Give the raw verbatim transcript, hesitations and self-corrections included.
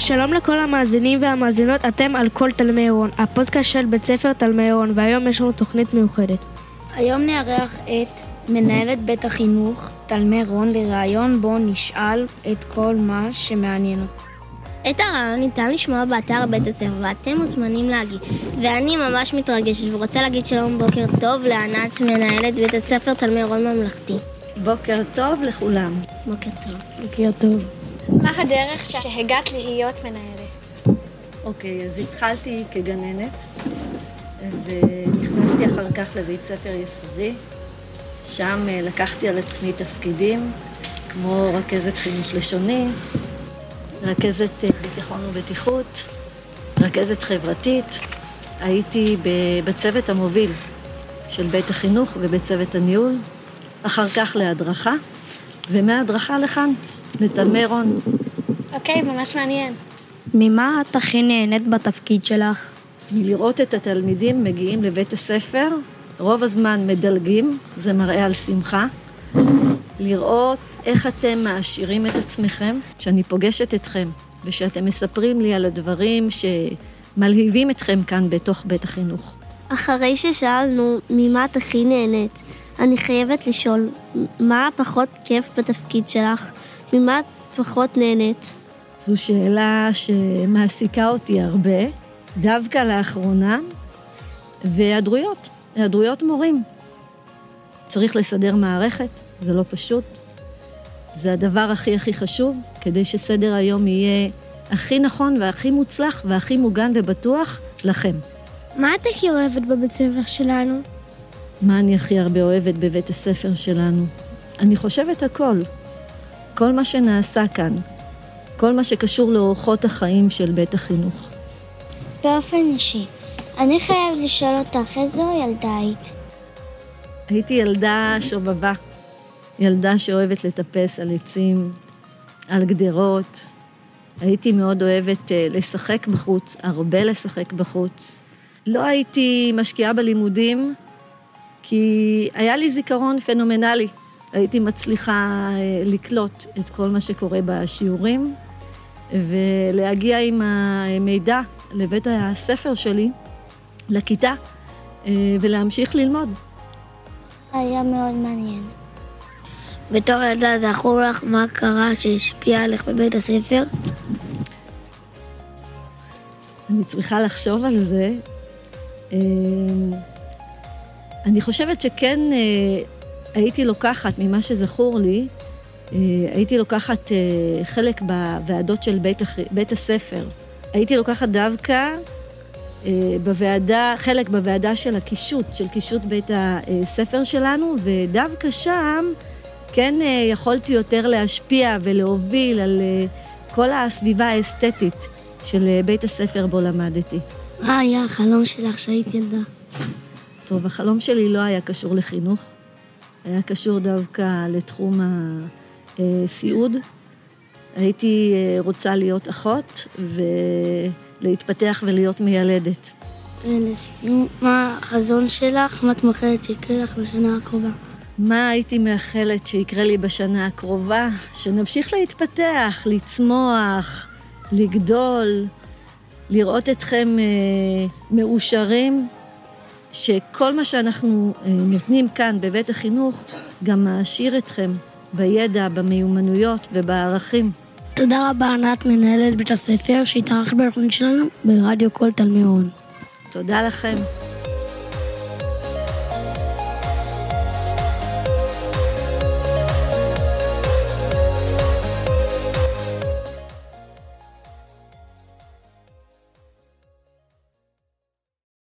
שלום לכל המאזינים והמאזינות, אתם על כל תלמי עירון, הפודקאסט של בית ספר תלמי עירון, והיום יש לנו תוכנית מיוחדת. היום נארח את מנהלת בית החינוך תלמי עירון לראיון בו נשאל את כל מה שמעניין אותו. את הרעיון ניתן לשמוע באתר בית הספר, ואתם מוזמנים להגיב. ואני ממש מתרגשת ורוצה להגיד שלום בוקר טוב לענת, מנהלת בית הספר תלמי עירון ממלכתי. בוקר טוב לכולם. בוקר טוב. בוקר טוב. מה הדרך שהגעת להיות מנהלת? אוקיי, אז התחלתי כגננת, ונכנסתי אחר כך לבית ספר יסודי. שם לקחתי על עצמי תפקידים, כמו רכזת חינוך לשוני, רכזת ביטחון ובטיחות, רכזת חברתית. הייתי בצוות המוביל של בית החינוך ובצוות הניהול, אחר כך להדרכה, ומההדרכה לכאן, לתלמי עירון. אוקיי, ממש מעניין. ממה את הכי נהנית בתפקיד שלך? מלראות את התלמידים מגיעים לבית הספר, רוב הזמן מדלגים, זה מראה על שמחה. לראות איך אתם מעשירים את עצמכם, שאני פוגשת אתכם, ושאתם מספרים לי על הדברים שמלהיבים אתכם כאן בתוך בית החינוך. אחרי ששאלנו ממה את הכי נהנית, אני חייבת לשאול, מה פחות כיף בתפקיד שלך? ממה את פחות נהנית? זו שאלה שמעסיקה אותי הרבה, דווקא לאחרונה, והיעדרויות, היעדרויות מורים. צריך לסדר מערכת, זה לא פשוט. זה הדבר הכי הכי חשוב, כדי שסדר היום יהיה הכי נכון והכי מוצלח והכי מוגן ובטוח לכם. מה את הכי אוהבת בבית ספר שלנו? מה אני הכי הרבה אוהבת בבית הספר שלנו? אני חושבת הכל. כל מה שנעשה כאן. כל מה שקשור לאורחות החיים של בית החינוך. באופן אישי, אני חייב לשאול אותך איזו ילדה היית. הייתי ילדה שובבה. ילדה שאוהבת לטפס על עצים, על גדרות. הייתי מאוד אוהבת לשחק בחוץ, הרבה לשחק בחוץ. לא הייתי משקיעה בלימודים, כי היה לי זיכרון פנומנלי. הייתי מצליחה לקלוט את כל מה שקורה בשיעורים, ולהגיע עם המידע לבית הספר שלי, לכיתה, ולהמשיך ללמוד. היה מאוד מעניין. בתור ילדה זכור לך מה קרה שהשפיע עליך בבית הספר? אני צריכה לחשוב על זה. אני חושבת שכן הייתי לוקחת ממה שזכור לי, הייתי לוקחת חלק בוועדות של בית, בית הספר. הייתי לוקחת דווקא בוועדה, חלק בוועדה של הקישוט, של קישוט בית הספר שלנו, ודווקא שם כן יכולתי יותר להשפיע ולהוביל על כל הסביבה האסתטית של בית הספר בו למדתי. מה היה החלום שלך שהיית ילדה? טוב, החלום שלי לא היה קשור לחינוך, היה קשור דווקא לתחום הסיעוד. הייתי רוצה להיות אחות ולהתפתח ולהיות מיילדת. ולסיום, מה החזון שלך? מה את מאחלת שיקרה לך בשנה הקרובה? מה הייתי מאחלת שיקרה לי בשנה הקרובה? שנמשיך להתפתח, לצמוח, לגדול, לראות אתכם מאושרים, שכל מה שאנחנו נותנים כאן בבית החינוך גם מעשיר אתכם בידע, במיומנויות ובערכים. תודה רבה ענת, מנהלת בית הספר שהתארחת בתוכנית שלנו ברדיו כל תלמי עירון. תודה לכם.